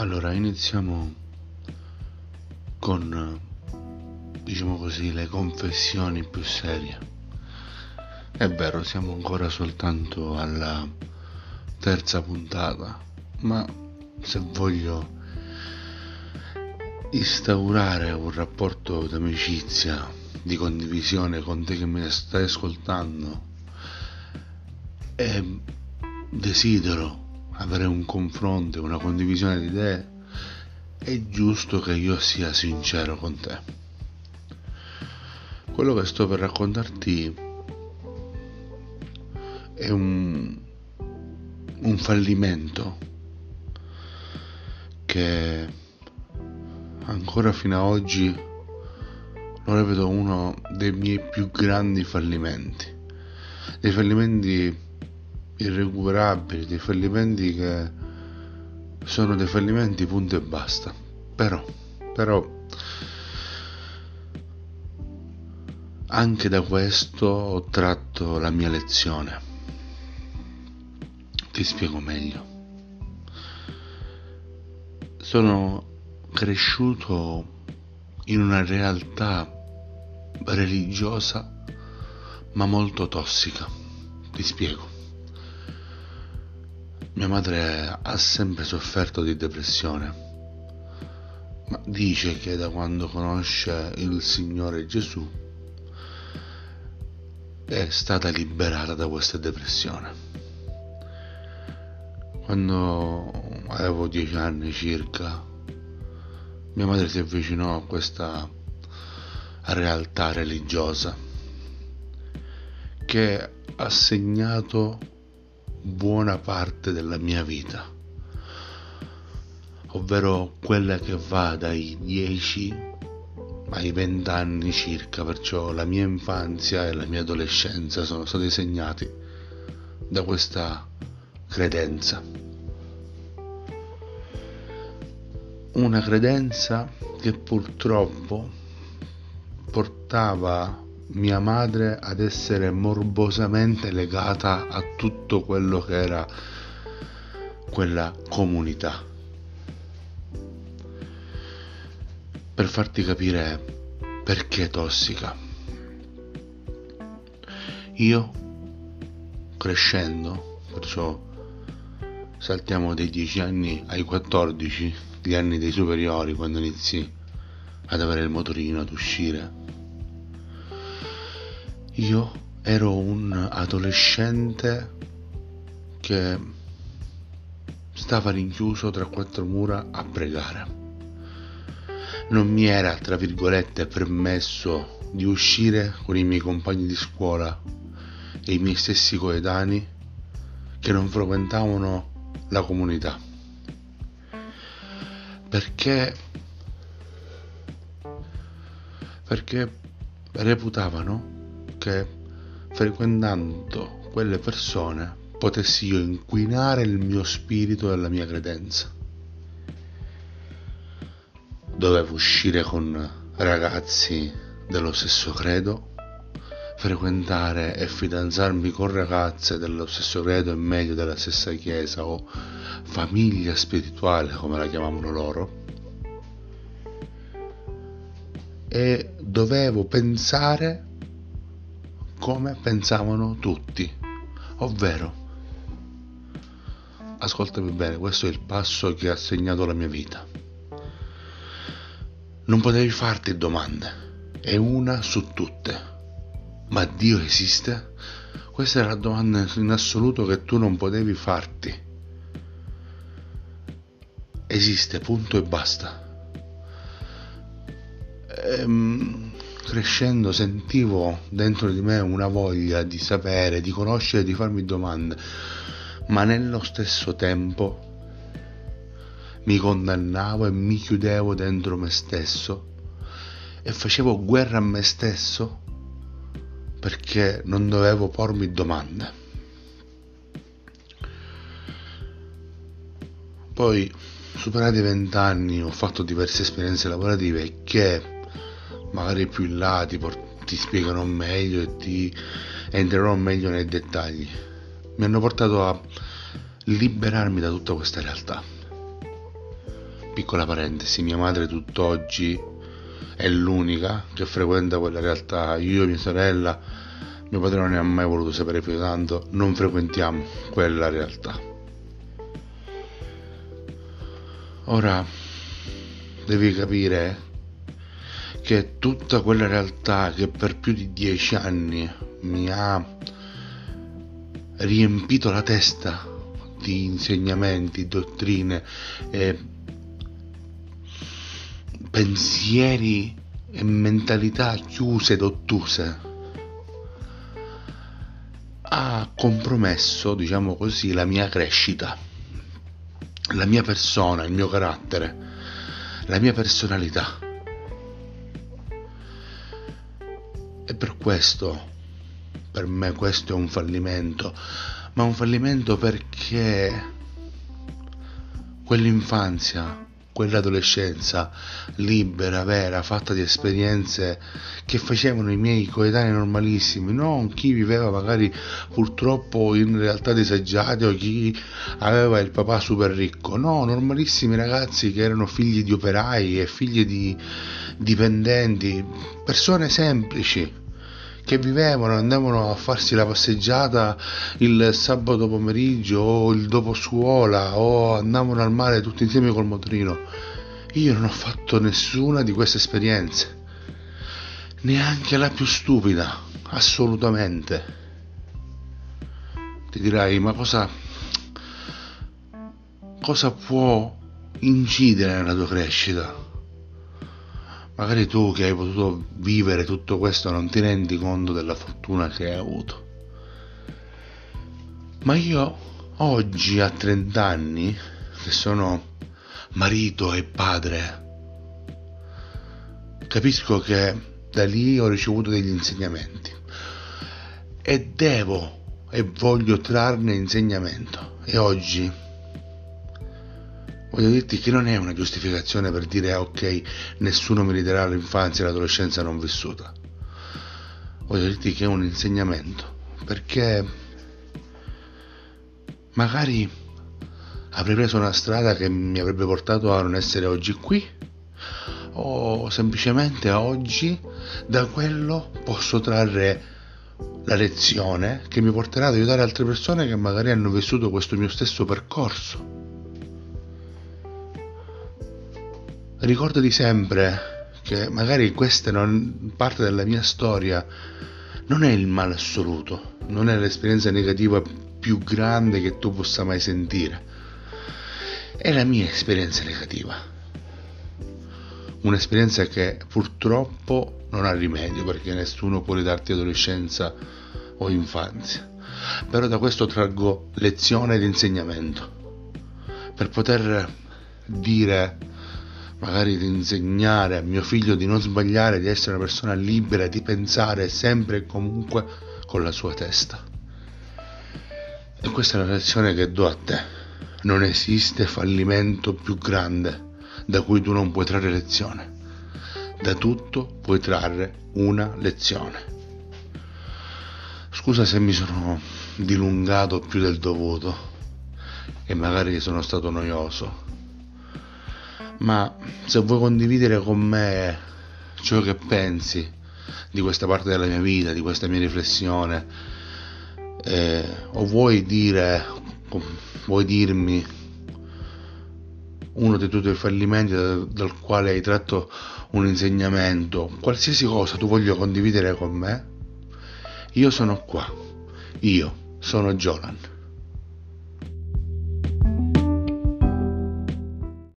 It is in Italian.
Allora, iniziamo con, diciamo così, le confessioni più serie. È vero, siamo ancora soltanto alla terza puntata, ma se voglio instaurare un rapporto d'amicizia, di condivisione con te che mi stai ascoltando e desidero avere un confronto, una condivisione di idee, è giusto che io sia sincero con te. Quello che sto per raccontarti è un fallimento che ancora fino ad oggi lo reputo uno dei miei più grandi fallimenti, dei fallimenti irrecuperabili, dei fallimenti che sono dei fallimenti punto e basta. Però anche da questo ho tratto la mia lezione. Ti spiego meglio. Sono cresciuto in una realtà religiosa ma molto tossica. Ti spiego. Mia madre ha sempre sofferto di depressione, ma dice che da quando conosce il Signore Gesù è stata liberata da questa depressione. Quando avevo 10 anni circa, mia madre si avvicinò a questa realtà religiosa che ha segnato buona parte della mia vita, ovvero quella che va dai 10 ai 20 anni circa, perciò la mia infanzia e la mia adolescenza sono stati segnati da questa credenza. Una credenza che purtroppo portava mia madre ad essere morbosamente legata a tutto quello che era quella comunità. Per farti capire perché tossica, io crescendo, perciò saltiamo dai 10 anni ai 14, gli anni dei superiori, quando inizi ad avere il motorino, ad uscire, io ero un adolescente che stava rinchiuso tra quattro mura a pregare. Non mi era, tra virgolette, permesso di uscire con i miei compagni di scuola e i miei stessi coetanei che non frequentavano la comunità, perché reputavano che frequentando quelle persone potessi io inquinare il mio spirito e la mia credenza. Dovevo uscire con ragazzi dello stesso credo, frequentare e fidanzarmi con ragazze dello stesso credo e meglio della stessa chiesa o famiglia spirituale, come la chiamavano loro, e dovevo pensare come pensavano tutti, ovvero, ascoltami bene, questo è il passo che ha segnato la mia vita. Non potevi farti domande, è una su tutte. Ma Dio esiste? Questa è la domanda in assoluto che tu non potevi farti. Esiste, punto e basta. Crescendo sentivo dentro di me una voglia di sapere, di conoscere, di farmi domande, ma nello stesso tempo mi condannavo e mi chiudevo dentro me stesso e facevo guerra a me stesso perché non dovevo pormi domande. Poi, superati i 20 anni, ho fatto diverse esperienze lavorative che magari più in là ti spiegano meglio e ti entrerò meglio nei dettagli. Mi hanno portato a liberarmi da tutta questa realtà. Piccola parentesi, mia madre tutt'oggi è l'unica che frequenta quella realtà. Io e mia sorella, mio padre non ne ha mai voluto sapere più di tanto, non frequentiamo quella realtà. Ora devi capire che tutta quella realtà che per più di 10 anni mi ha riempito la testa di insegnamenti, dottrine e pensieri e mentalità chiuse ed ottuse, ha compromesso, diciamo così, la mia crescita, la mia persona, il mio carattere, la mia personalità. E per questo, per me questo è un fallimento, ma un fallimento perché quell'infanzia, quell'adolescenza libera, vera, fatta di esperienze che facevano i miei coetanei normalissimi, non chi viveva magari purtroppo in realtà disagiate o chi aveva il papà super ricco, no, normalissimi ragazzi che erano figli di operai e figli di dipendenti, persone semplici che vivevano, andavano a farsi la passeggiata il sabato pomeriggio o il dopo scuola o andavano al mare tutti insieme col motorino. Io non ho fatto nessuna di queste esperienze, neanche la più stupida, assolutamente. Ti dirai, ma cosa può incidere nella tua crescita? Magari tu che hai potuto vivere tutto questo non ti rendi conto della fortuna che hai avuto. Ma io oggi a 30 anni, che sono marito e padre, capisco che da lì ho ricevuto degli insegnamenti e devo e voglio trarne insegnamento. E oggi voglio dirti che non è una giustificazione per dire ok, nessuno mi riderà l'infanzia e l'adolescenza non vissuta. Voglio dirti che è un insegnamento, perché magari avrei preso una strada che mi avrebbe portato a non essere oggi qui, o semplicemente oggi da quello posso trarre la lezione che mi porterà ad aiutare altre persone che magari hanno vissuto questo mio stesso percorso. Ricordati sempre che magari questa parte della mia storia non è il male assoluto, non è l'esperienza negativa più grande che tu possa mai sentire, è la mia esperienza negativa, un'esperienza che purtroppo non ha rimedio perché nessuno può ridarti adolescenza o infanzia, però da questo traggo lezione ed insegnamento per poter dire, magari di insegnare a mio figlio di non sbagliare, di essere una persona libera, di pensare sempre e comunque con la sua testa. E questa è la lezione che do a te. Non esiste fallimento più grande da cui tu non puoi trarre lezione. Da tutto puoi trarre una lezione. Scusa se mi sono dilungato più del dovuto e magari sono stato noioso, ma se vuoi condividere con me ciò che pensi di questa parte della mia vita, di questa mia riflessione, o vuoi dirmi uno dei tuoi fallimenti dal quale hai tratto un insegnamento, qualsiasi cosa tu voglia condividere con me, io sono qua, io sono Jolan.